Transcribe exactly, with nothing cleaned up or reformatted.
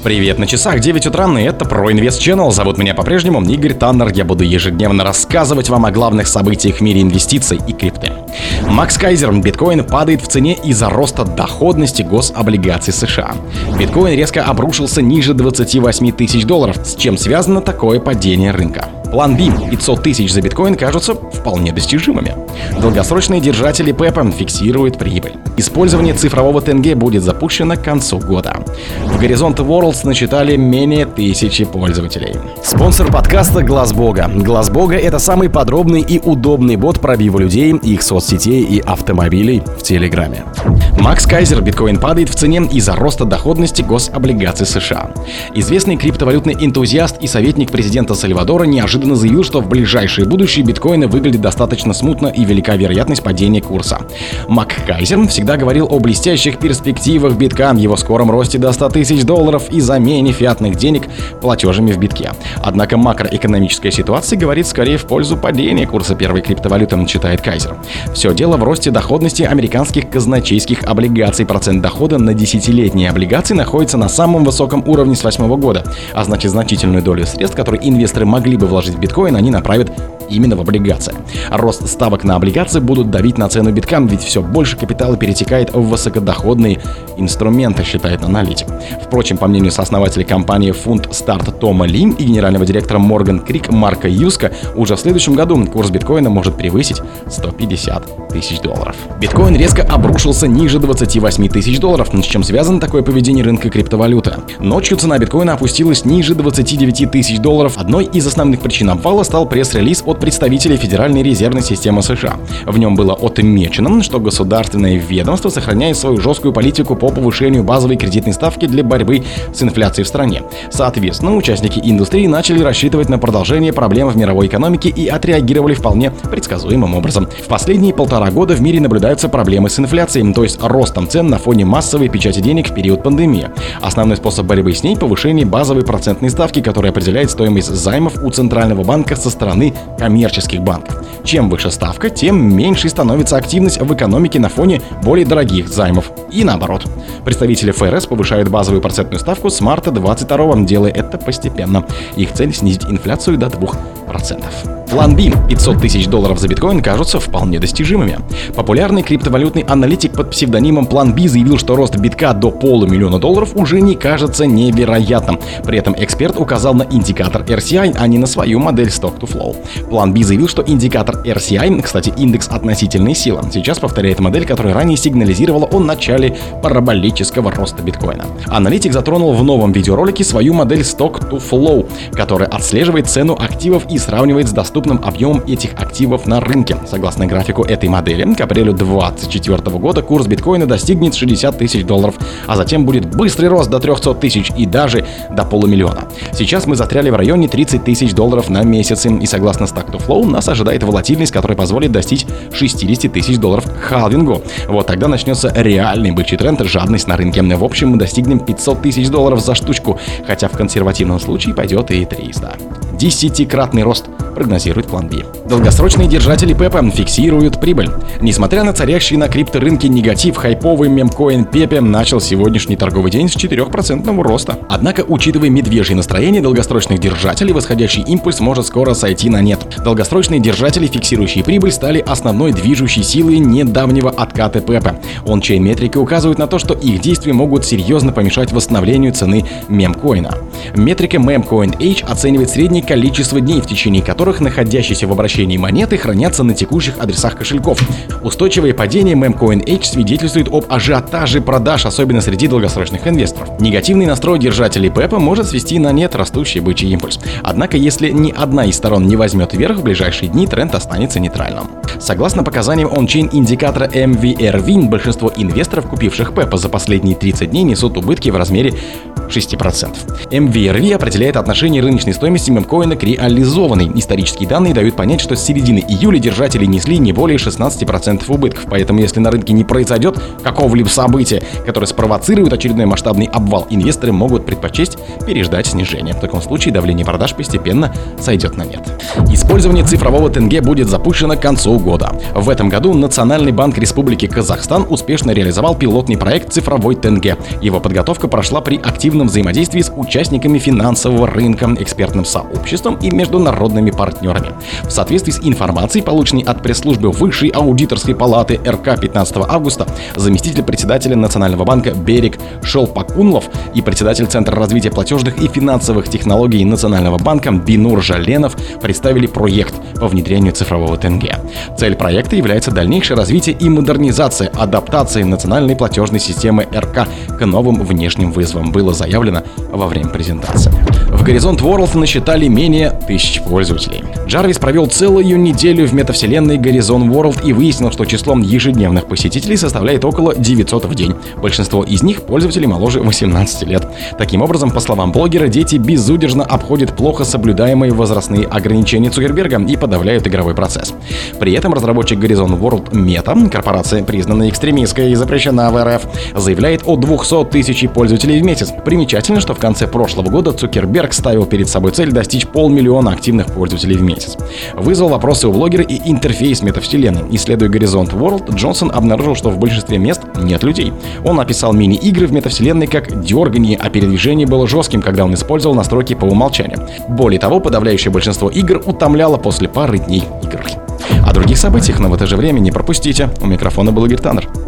Привет, на часах девять утра, и это ProInvest Channel. Зовут меня по-прежнему Игорь Таннер. Я буду ежедневно рассказывать вам о главных событиях в мире инвестиций и крипты. Макс Кайзер. Биткоин падает в цене из-за роста доходности гособлигаций США. Биткоин резко обрушился ниже двадцати восьми тысяч долларов. С чем связано такое падение рынка? План Би пятьсот тысяч за биткоин кажутся вполне достижимыми. Долгосрочные держатели Пепа фиксируют прибыль. Использование цифрового тенге будет запущено к концу года. В Горизонт Worlds насчитали менее тысячи пользователей. Спонсор подкаста Глаз Бога. Глаз Бога — это самый подробный и удобный бот пробива людей, их соцсетей и автомобилей в Телеграме. Макс Кайзер. Биткоин падает в цене из-за роста доходности гособлигаций США. Известный криптовалютный энтузиаст и советник президента Сальвадора неожиданно заявил, что в ближайшее будущее биткоина выглядит достаточно смутно и велика вероятность падения курса. Мак Кайзер всегда говорил о блестящих перспективах битка, его скором росте до ста тысяч долларов и замене фиатных денег платежами в битке. Однако макроэкономическая ситуация говорит скорее в пользу падения курса первой криптовалюты, считает Кайзер. Все дело в росте доходности американских казначейских облигаций. Процент дохода на десятилетние облигации находится на самом высоком уровне с две тысячи восьмого года, а значит, значительную долю средств, которые инвесторы могли бы вложить в биткоин, они направят именно в облигации. Рост ставок на облигации будут давить на цену битка, ведь все больше капитала перетекает в высокодоходные инструменты, считает аналитик. Впрочем, по мнению сооснователя компании Fund Start Тома Ли и генерального директора Morgan Creek Марка Юска, уже в следующем году курс биткоина может превысить сто пятьдесят тысяч долларов. Биткоин резко обрушился ниже двадцати восьми тысяч долларов. С чем связано такое поведение рынка криптовалюты? Ночью цена биткоина опустилась ниже двадцати девяти тысяч долларов. Одной из основных причин обвала стал пресс-релиз от представителей Федеральной резервной системы США. В нем было отмечено, что государственное ведомство сохраняет свою жесткую политику по повышению базовой кредитной ставки для борьбы с инфляцией в стране. Соответственно, участники индустрии начали рассчитывать на продолжение проблем в мировой экономике и отреагировали вполне предсказуемым образом. В последние полтора года в мире наблюдаются проблемы с инфляцией, то есть ростом цен на фоне массовой печати денег в период пандемии. Основной способ борьбы с ней — повышение базовой процентной ставки, которая определяет стоимость займов у Центрального банка со стороны коммерческих банков. Чем выше ставка, тем меньше становится активность в экономике на фоне более дорогих займов. И наоборот. Представители эф эр эс повышают базовую процентную ставку с марта двадцать второго, делая это постепенно. Их цель — снизить инфляцию до двух процентов. План Би пятьсот тысяч долларов за биткоин кажутся вполне достижимыми. Популярный криптовалютный аналитик под псевдонимом План Би заявил, что рост битка до полумиллиона долларов уже не кажется невероятным. При этом эксперт указал на индикатор эр си ай, а не на свою модель Stock to Flow. План Би заявил, что индикатор эр си ай, кстати, индекс относительной силы, сейчас повторяет модель, которая ранее сигнализировала о начале параболического роста биткоина. Аналитик затронул в новом видеоролике свою модель Stock to Flow, которая отслеживает цену активов и сравнивает с доступным объемом этих активов на рынке. Согласно графику этой модели, к апрелю две тысячи двадцать четвёртого года курс биткоина достигнет шестидесяти тысяч долларов, а затем будет быстрый рост до трехсот тысяч и даже до полумиллиона. Сейчас мы застряли в районе тридцати тысяч долларов на месяц, и согласно Stock to Flow нас ожидает волатильность, которая позволит достичь шестидесяти тысяч долларов к халвингу. Вот тогда начнется реальный бычий тренд, жадность на рынке. В общем, мы достигнем пятисот тысяч долларов за штучку, хотя в консервативном случае пойдет и триста. Десятикратный рост прогнозирует План Би. Долгосрочные держатели Пепа фиксируют прибыль. Несмотря на царящий на крипторынке негатив, хайповый мемкоин Пепе начал сегодняшний торговый день с четырёхпроцентного роста. Однако, учитывая медвежье настроение долгосрочных держателей, восходящий импульс может скоро сойти на нет. Долгосрочные держатели, фиксирующие прибыль, стали основной движущей силой недавнего отката Пепа. Он-чейн-метрики указывают на то, что их действия могут серьезно помешать восстановлению цены мемкоина. Метрика Memcoin-H оценивает среднее количество дней, в течение которых находящиеся в обращении монеты хранятся на текущих адресах кошельков. Устойчивое падение Memcoin-H свидетельствует об ажиотаже продаж, особенно среди долгосрочных инвесторов. Негативный настрой держателей Пепа может свести на нет растущий бычий импульс. Однако, если ни одна из сторон не возьмет вверх, в ближайшие дни тренд останется нейтральным. Согласно показаниям он-чейн индикатора эм ви эр ви, большинство инвесторов, купивших Пепа за последние тридцать дней, несут убытки в размере шести процентов. эм ви эр ви определяет отношение рыночной стоимости мемкоина к реализованной. Исторические данные дают понять, что с середины июля держатели несли не более шестнадцати процентов убытков, поэтому если на рынке не произойдет какого-либо события, которое спровоцирует очередной масштабный обвал обвал, инвесторы могут предпочесть переждать снижение. В таком случае давление продаж постепенно сойдет на нет. Использование цифрового тенге будет запущено к концу года. В этом году Национальный банк Республики Казахстан успешно реализовал пилотный проект «Цифровой тенге». Его подготовка прошла при активном взаимодействии с участниками финансового рынка, экспертным сообществом и международными партнерами. В соответствии с информацией, полученной от пресс-службы Высшей аудиторской палаты эр ка пятнадцатого августа, заместитель председателя Национального банка Берик Шолпакунлов и председатель Центра развития платежных и финансовых технологий Национального банка Бинур Жаленов представили проект по внедрению цифрового тенге. Цель проекта является дальнейшее развитие и модернизация адаптации национальной платежной системы эр ка к новым внешним вызовам, было заявлено во время презентации. В Горизонт World насчитали менее тысяч пользователей. Джарвис провел целую неделю в метавселенной Горизонт World и выяснил, что число ежедневных посетителей составляет около девятисот в день. Большинство из них пользователи моложе восемнадцати лет. Таким образом, по словам блогера, дети безудержно обходят плохо соблюдаемые возрастные ограничения Цукерберга и подавляют игровой процесс. При этом разработчик Горизонт World Meta, корпорация, признанная экстремистской и запрещена в эр эф, заявляет о двухстах тысячах пользователей в месяц. Примечательно, что в конце прошлого года Цукерберг ставил перед собой цель достичь полмиллиона активных пользователей в месяц. Вызвал вопросы у блогера и интерфейс метавселенной. Исследуя Горизонт World, Джонсон обнаружил, что в большинстве мест нет людей. Он описал мини-игры в метавселенной как дерганье, а передвижение было жестким, когда он использовал настройки по умолчанию. Более того, подавляющее большинство игр утомляло после пары дней игр. О других событиях, но в это же время не пропустите. У микрофона был Игорь Таннер.